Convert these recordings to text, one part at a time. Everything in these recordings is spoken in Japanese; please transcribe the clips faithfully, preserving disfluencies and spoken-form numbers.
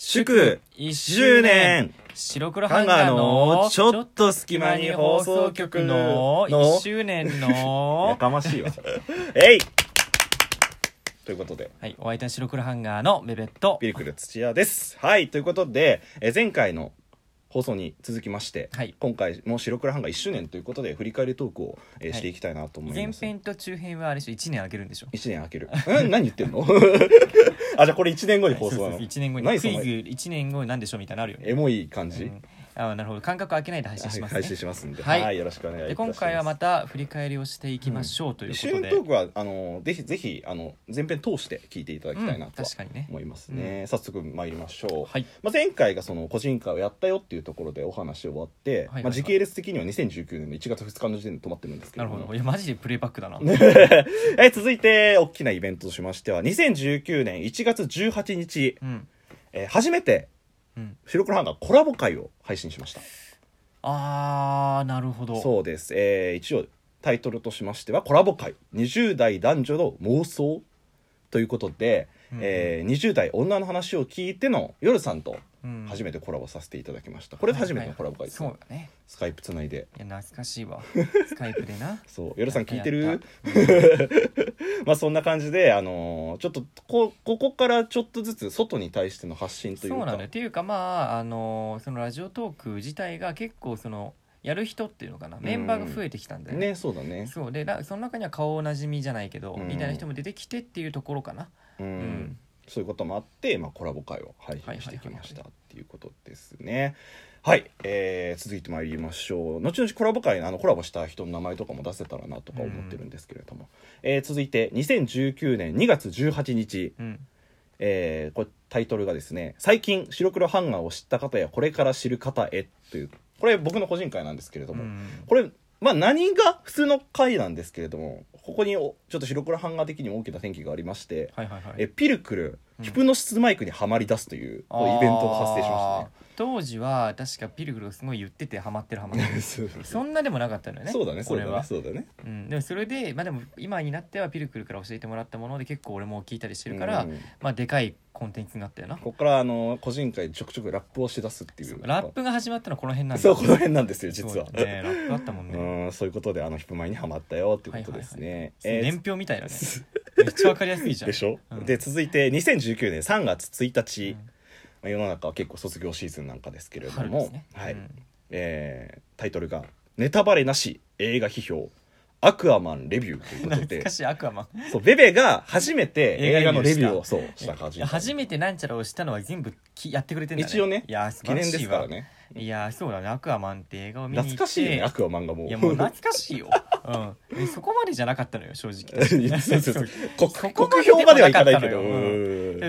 祝いっしゅうねん白黒ハンガーのちょっと隙間に放送局のいっしゅうねんのやかましいわえいということで、 はい、お相手は白黒ハンガーのベベットピルクル土屋です。はいということで、え前回の放送に続きまして、はい、今回も白黒ハンガーいっしゅうねんということで振り返りトークを、えーはい、していきたいなと思います。 前編と中編はあれでしょいちねん空けるんでしょ。 いちねん空けるん何言ってんのあ、じゃあこれいちねんごに放送なの。 そうそうそういちねんごにクイズいちねんごなんでしょみたいなのあるよね。 エモい感じ、うん、 あ、なるほど。間隔空けないで配信しますね。 配信しますんで、 はい、 はい、よろしくお願いいたします。 で今回はまた振り返りをしていきましょうということで、 うん、いっしゅうねんトークはあのぜひぜひあの前編通して聞いていただきたいなと思いますね。うん、早速参りましょう。はい、まあ、前回がその個人会をやったよっていうところでお話終わって、はいはいはい、まあ、時系列的にはにせんじゅうきゅうねんのいちがつふつかの時点で止まってるんですけど、 なるほど。いやマジでプレイバックだなえ続いて大きなイベントとしましてはにせんじゅうきゅうねんいちがつじゅうはちにち、うん、えー、初めて白黒ハンガーコラボ会を配信しました。 あー、なるほど。 そうです、えー、一応タイトルとしましてはコラボ会にじゅう代男女の妄想ということで、うん、えー、にじゅう代女の話を聞いての夜さんと初めてコラボさせていただきました。これ初めてのコラボ会です、ね、はいはい、そうだね。スカイプつないで。 いや懐かしいわスカイプでなそう夜さん聞いてる、うん、まあそんな感じで、あのー、ちょっとこここからちょっとずつ外に対しての発信というか、 そうなのよ。っていうかまあ、あのー、そのラジオトーク自体が結構そのやる人っていうのかな、メンバーが増えてきたんだよね。 ね、そうだね。 そうでその中には顔なじみじゃないけど、みたいな人も出てきてっていうところかな。 うん、うん、そういうこともあって、まあ、コラボ会を配信してきましたっていうことですね。はい、えー、続いてまいりましょう。後々コラボ会あのコラボした人の名前とかも出せたらなとか思ってるんですけれども、うん、えー、続いてにせんじゅうきゅうねんにがつじゅうはちにち、うん、えー、これタイトルがですね、最近白黒ハンガーを知った方やこれから知る方へという、これ僕の個人会なんですけれども、うん、これまあ何が普通の回なんですけれども、ここにちょっと白黒ハンガー的にも大きな転機がありまして、はいはいはい、えピルクルヒプノシスマイクにはまり出すという、うん、イベントが発生しましたね。 当時は確かピルクルがすごい言っててハマってるハマってるそんなでもなかったのよね。 そうだねそうだねそうだね、 うん、でもそれで、まあ、でも今になってはピルクルから教えてもらったもので結構俺も聞いたりしてるから、うん、まあでかいコンテンツになったよな。 ここからあの個人会でちょくちょくラップをしだすっていう、 ラップが始まったのはこの辺なんだ。 そうこの辺なんですよ実は。 ね、ラップあったもんね。 うん、そういうことであのヒプマイにハマったよっていうことですね。はいはいはい、 えー、年表みたいなねめっちゃわかりやすいじゃんでしょ、うん、で続いてにせんじゅうきゅうねんさんがつついたち、うん、まあ、世の中は結構卒業シーズンなんかですけれども、ね、はい、うん、えー、タイトルがネタバレなし映画批評アクアマンレビューということで懐かしいアクアマンそうベベが初めて映画のレビューをそうした感じ。 初めてなんちゃらをしたのは全部きやってくれてるんだね。 一応ね、 いや記念ですからね。 いやそうだね、アクアマンって映画を見に行って懐かしいよね、アクアマンがもう。 いやもう懐かしいよ、うん、そこまでじゃなかったのよ正直そうそうそう国評まではいかないけど、うん、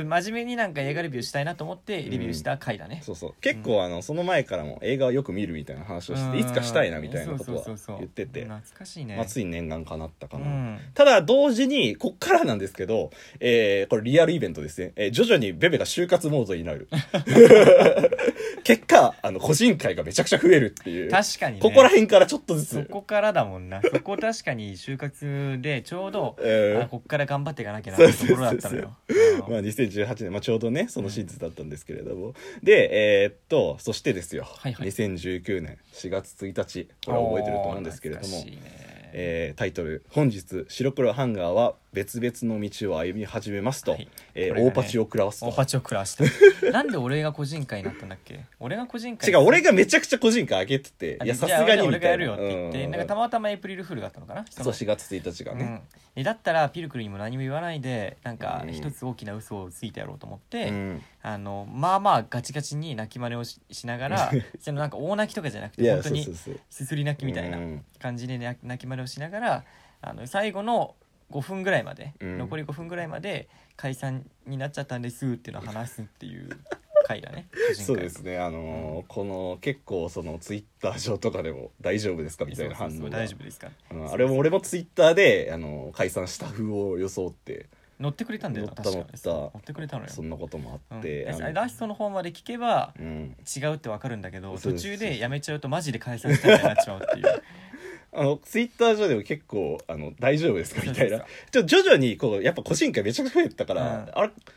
真面目になんか映画レビューしたいなと思ってレビューした回だね、 うん、そうそう結構あのその前からも映画をよく見るみたいな話をしていつかしたいなみたいなことは言ってて、 懐かしいね、 まあ、つい念願かなったかな、うん、ただ同時にこっからなんですけど、えー、これリアルイベントですね、えー、徐々にベベが就活モードになる結果あの個人会がめちゃくちゃ増えるっていう。 確かにね、 ここら辺からちょっとずつそこからだもんなそこ確かに就活でちょうど、えー、あこっから頑張っていかなきゃなってところだったのよ。 まあにせんじゅうはちねん、まあ、ちょうどねそのシーズンだったんですけれども、うん、でえー、っとそしてですよ、はいはい、にせんじゅうきゅうねんしがつついたち、これは覚えてると思うんですけれども、えー、タイトル本日白黒ハンガーは別々の道を歩み始めますと、はい、えーね、大パチを食らわすと。 大パチを食らわしたなんで俺が個人会になったんだっけ。俺が個人会違う俺がめちゃくちゃ個人会あげてて、いやさすがにみたいな、 俺がやるよって言って、うん、なんかたまたまエイプリルフールだったのかな。 そうしがつついたちがね、 うん、だったらピルクルにも何も言わないでなんか一つ大きな嘘をついてやろうと思って、うん、あのまあまあガチガチに泣き真似を し, しながらそのなんか大泣きとかじゃなくて本当にすすり泣きみたいな感じで泣き真似をしながら、あの最後のごふんぐらいまで、うん、残りごふんぐらいまで解散になっちゃったんですっていうのを話すっていう回だねそうですね、あのーうん、この結構そのツイッター上とかでも大丈夫ですかみたいな反応が、 大丈夫ですか、 うん、あれも俺もツイッターで、あのー、解散した風を装って乗ってくれたんだよな。 乗った乗った乗ってくれたのよ。 そんなこともあって、 うん、ラストの方まで聞けば、うん、違うって分かるんだけど、途中でやめちゃうとマジで解散したみたいになっちまうっていうあのツイッター上でも結構あの大丈夫ですかみたいなちょ徐々にこうやっぱ個人会めちゃくちゃ増えてたから、うん、あれ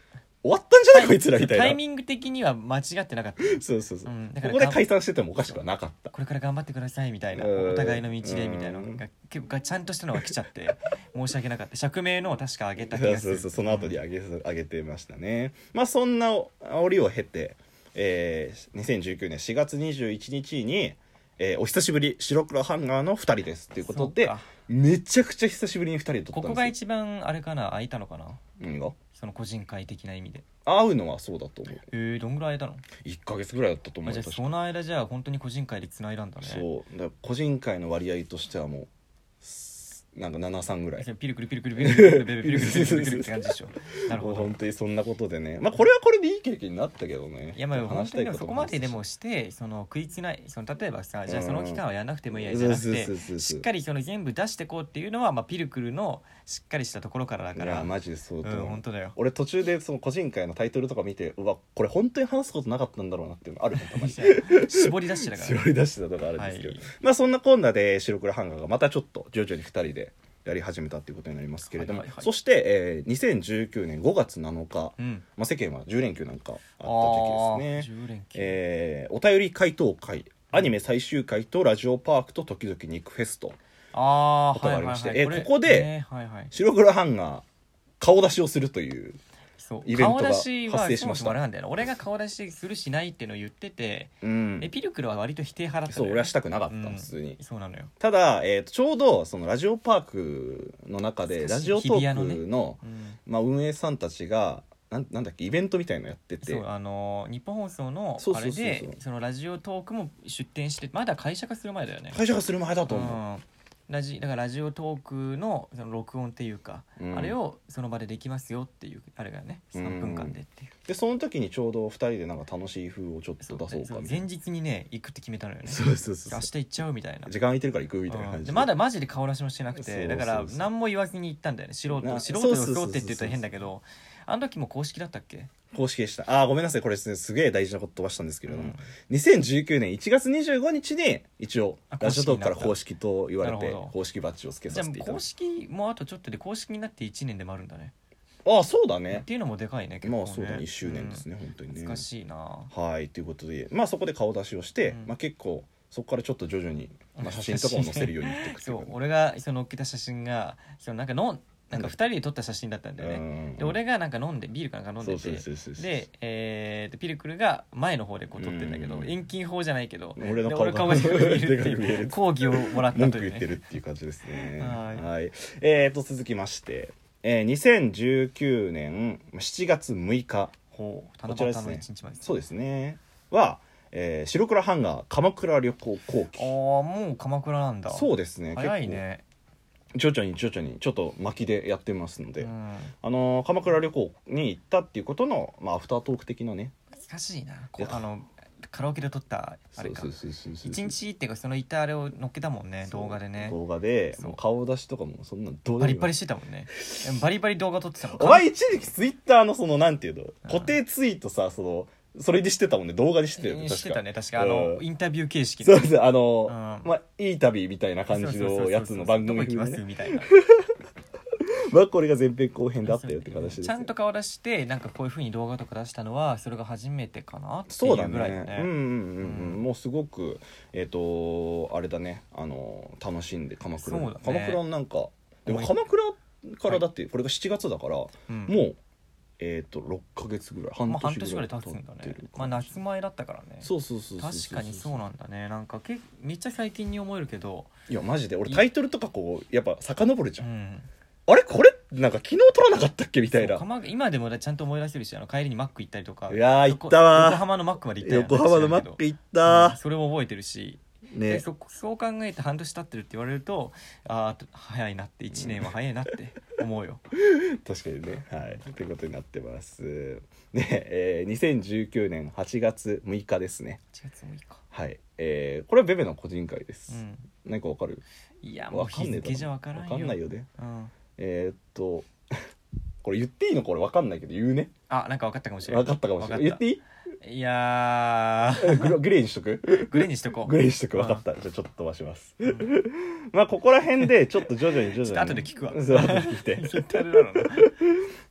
終わったんじゃないこいつらみたいなタイミング的には間違ってなかったそうそうそう、 うん、だからここで解散しててもおかしくはなかった。 これから頑張ってくださいみたいな、 うんお互いの道でみたいなのが結構ちゃんとしたのが来ちゃって申し訳なかった。釈明のを確か上げた気がする。 そうそうそう、その後に上げ、上げてましたね。まあそんな煽りを経て、えー、にせんじゅうきゅうねんしがつにじゅういちにちに、えー、お久しぶり白黒ハンガーのふたりですっていうことで、めちゃくちゃ久しぶりにふたりで撮ったんですよ。 ここが一番あれかな、空いたのかな。 何がその個人会的な意味で会うのはそうだと思う。 えー、どんぐらい空いたの。 いっかげつぐらいだったと思う。 じゃあその間じゃあ本当に個人会でつないだんだね。 そうだから個人会の割合としてはもうなんかななさんぐらいピルクルピルクルピルクルピルクルピルクルピルクルピルクルって感じでしょ。なるほど。 本当にそんなことでね、まあこれはこれでいい経験になったけどね。 いやまあ本当にでもそこまででもしてその食いつないその例えばさ、じゃあその期間はやらなくてもいいやじゃなくてしっかりその全部出してこうっていうのはまあピルクルのしっかりしたところからだから。 いやマジでそうと思う、 うん、本当だよ。 俺途中でその個人会のタイトルとか見て、うわこれ本当に話すことなかったんだろうなっていうのあるのたまに絞り出してたから、ね、 絞り出してたとかあるんですけど、 はい、 まあそんなこんなで白黒ハンガーがまたちょっと徐々にふたりでやり始めたっていうことになりますけれども、はいはいはい、そして、えー、にせんじゅうきゅうねんごがつなのか、うんまあ、世間はじゅう連休なんかあった時期ですね。じゅう連休、えー、お便り回答会、アニメ最終回とラジオパークと時々肉フェスとことがありまして、はいはいはい、えー、ここで、ねはいはい、白黒ハンガー顔出しをするというイベントが発生しました。 顔出しはそもそもあれなんだよな、俺が顔出しするしないっていうのを言ってて、うん、えピルクルは割と否定派だったのよ。 そう俺はしたくなかった、うん、普通に。 そうなのよ。 ただ、えー、とちょうどそのラジオパークの中でラジオトークの、ねうんまあ、運営さんたちがなん、なんだっけイベントみたいなのやってて、 そうあのー、日本放送のあれでそのラジオトークも出展して、まだ会社化する前だよね。 会社化する前だと思う、うんラジだからラジオトーク の, その録音っていうか、うん、あれをその場でできますよっていうあれがねさんぷんかんでっていう、 うん、でその時にちょうどふたりでなんか楽しい風をちょっと出そうかみたいな。 前日にね行くって決めたのよね。 そうそうそう、 明日行っちゃうみたいな、 時間空いてるから行くみたいな感じで、うん、 でまだマジで顔出しもしてなくて、そうそうそう、だから何も言わずに行ったんだよね。素人素人予想って言ったら変だけど、あの時も公式だったっけ。 公式でした。あーごめんなさい、これですねすげえ大事なこと飛ばしたんですけれども、うん、にせんじゅうきゅうねんいちがつにじゅうごにちに一応ラジオトークから公式と言われて公式バッジをつけさせていただきます。 じゃあ公式もあとちょっとで公式になっていちねんでもあるんだね。 ああそうだねっていうのもでかいね結構ね。 まあそうだねいっしゅうねんですね、うん、本当にね難しいな。 はいということでまあそこで顔出しをして、うんまあ、結構そこからちょっと徐々に、まあ、写真とかを載せるようになっていくそう俺がその載っけた写真がそのなんかのなんかふたりで撮った写真だったんだよね、うん、で俺がなんか飲んでビールかなんか飲んでてで、えー、でピルクルが前の方でこう撮ってんだけど、うん、遠近法じゃないけど俺の顔が見えるっていう講義をもらったという、ね、 文句言ってるっていう感じですねはい、はい、えーと続きまして、えー、にせんじゅうきゅうねんしちがつむいかほう七夕のいちにちまで、 ね、そうですねはえー、白黒ハンガー鎌倉旅行後期。 ああもう鎌倉なんだ。そうですね早いね。 徐々に徐々にちょっと巻きでやってますので、うん、あのー、鎌倉旅行に行ったっていうことの、まあ、アフタートーク的なね。 難しいなこあのカラオケで撮ったあれか一日っていうかその行ったあれを載っけたもんね動画でね。 動画でもう顔出しとかもそんなどうバリバリしてたもんねバリバリ動画撮ってたもん。 お前一時期ツイッターのそのなんていうの固定ツイートさそのそれでしてたもんね動画にしてたよね。 してたね確かあの、うん、インタビュー形式のそうですあの、うん、まあいい旅みたいな感じのやつの番組風にねみたいなまあこれが前編後編だったよって形です、ね、 ちゃんと顔出してなんかこういう風に動画とか出したのはそれが初めてかなっていうぐらいだね。そうだねうんうんうん、うん、もうすごくえっ、ー、とあれだねあの楽しんで鎌倉、ね、鎌倉なんかでも鎌倉からだってこれがしちがつだから、はい、もうえー、とろっかげつぐらい半年ぐらい経ってる、 まあ、半年ぐらい経つんだね。まあ夏前だったからね。 そうそうそうそう確かにそうなんだね。なんかけめっちゃ最近に思えるけどいやマジで俺タイトルとかこうやっぱ遡るじゃん、うん、あれこれなんか昨日撮らなかったっけみたいな。 今でもちゃんと思い出せるしあの帰りにマック行ったりとか。 いやー行ったわ横浜のマックまで行ったよ。 横浜のマック行った、 うん、それも覚えてるしね、そそう考えて半年経ってるって言われるとああ早いなっていちねんは早いなって思うよ確かにねはいということになってますねえー、にせんじゅうきゅうねんはちがつむいかですね。 はちがつむいかはい、えー、これはベベの個人会です、うん、何かわかる？ いやもう日付じゃわからんよ。 わかんないよね、うん、えー、っとこれ言っていいの？これわかんないけど言うね。 あなんかわかったかもしれない。 わかったかもしれない。言っていい？ いやグ, グレーにしとくグレーにしとこうグレーにしとく分かった、うん、じゃあちょっと飛ばします、うん、まあここら辺でちょっと徐々に徐々にちょっと後で聞くわそう後で聞いて絶対あれだろうな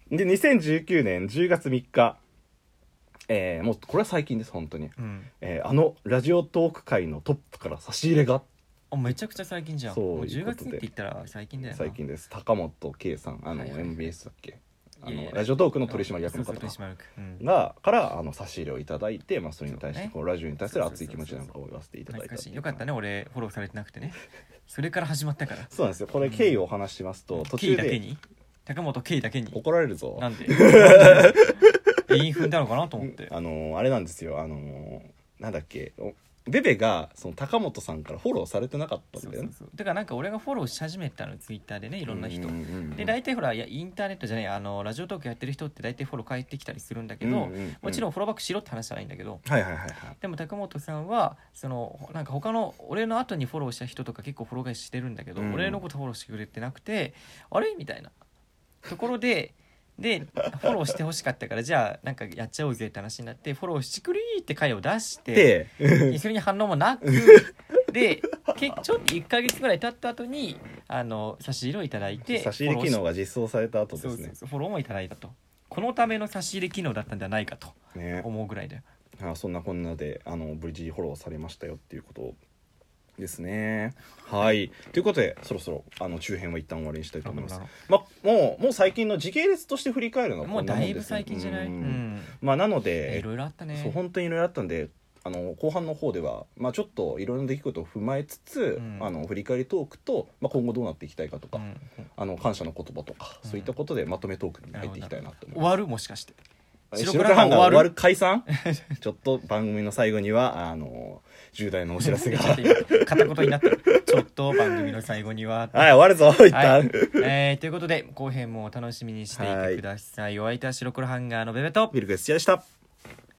でにせんじゅうきゅうねんじゅうがつみっか、えー、もうこれは最近です本当に、 うんえー、あのラジオトーク界のトップから差し入れが、 あめちゃくちゃ最近じゃん。 そうもうじゅうがついうことでって言ったら最近だよな。 最近です。高本圭さん、あの、 はいはいエムビーエス だっけ、あいやいやのラジオトークの取締役の方そうそう取締役うんがからあの差し入れをいただいて、まあ、それに対してそうねこうラジオに対する熱い気持ちなんかを言わせていただいた懐かしい。よかったね俺フォローされてなくてね。それから始まったから。 そうなんですよ。これ経緯をお話ししますと、途 K 中でだけに高本 K だけに怒られるぞ。 なんでインフンなのかなと思ってあのーあれなんですよ、あのーなんだっけ、おベベがその高本さんからフォローされてなかったんだよね。 そうそうそうだからなんか俺がフォローし始めたのツイッターでねいろんな人、 うんうんうんで大体ほらいやインターネットじゃないあのラジオトークやってる人って大体フォロー返ってきたりするんだけど、 うんうんうんもちろんフォローバックしろって話じゃないんだけど、 はいはいはいはい。 でも高本さんはそのなんか他の俺の後にフォローした人とか結構フォロー返ししてるんだけど、 うん俺のことフォローしてくれてなくてあれみたいなところででフォローしてほしかったからじゃあなんかやっちゃおうぜって話になってフォローしてくれーって回を出してで、 それに反応もなくでけちょっといっかげつぐらい経った後にあの差し入れをいただいて差し入れ機能が実装された後ですね。 そうそうそうフォローもいただいたとこのための差し入れ機能だったんじゃないかとね、 思うぐらいだよ。 あそんなこんなであの無事フォローされましたよっていうことですね。はいということでそろそろあの中編は一旦終わりにしたいと思います。まもうもう最近の時系列として振り返るのはもうだいぶ最近じゃない、 ううんん、 まあなのでいろいろあったね。 そう本当にいろいろあったんで、あの後半の方では、まあ、ちょっといろいろな出来事を踏まえつつ、 うんあの振り返りトークと、まあ、今後どうなっていきたいかとか、 うんあの感謝の言葉とか、 うんそういったことでまとめトークに入っていきたいなと思います。 終わるもしかして白黒ハンガー終わる解散ちょっと番組の最後にはあの重大なお知らせが片言になってるちょっと番組の最後にははい終わるぞ一旦、 はいえー、ということで後編もお楽しみにしていてください。お相手は白黒ハンガーのベベとビルクエスチャでした。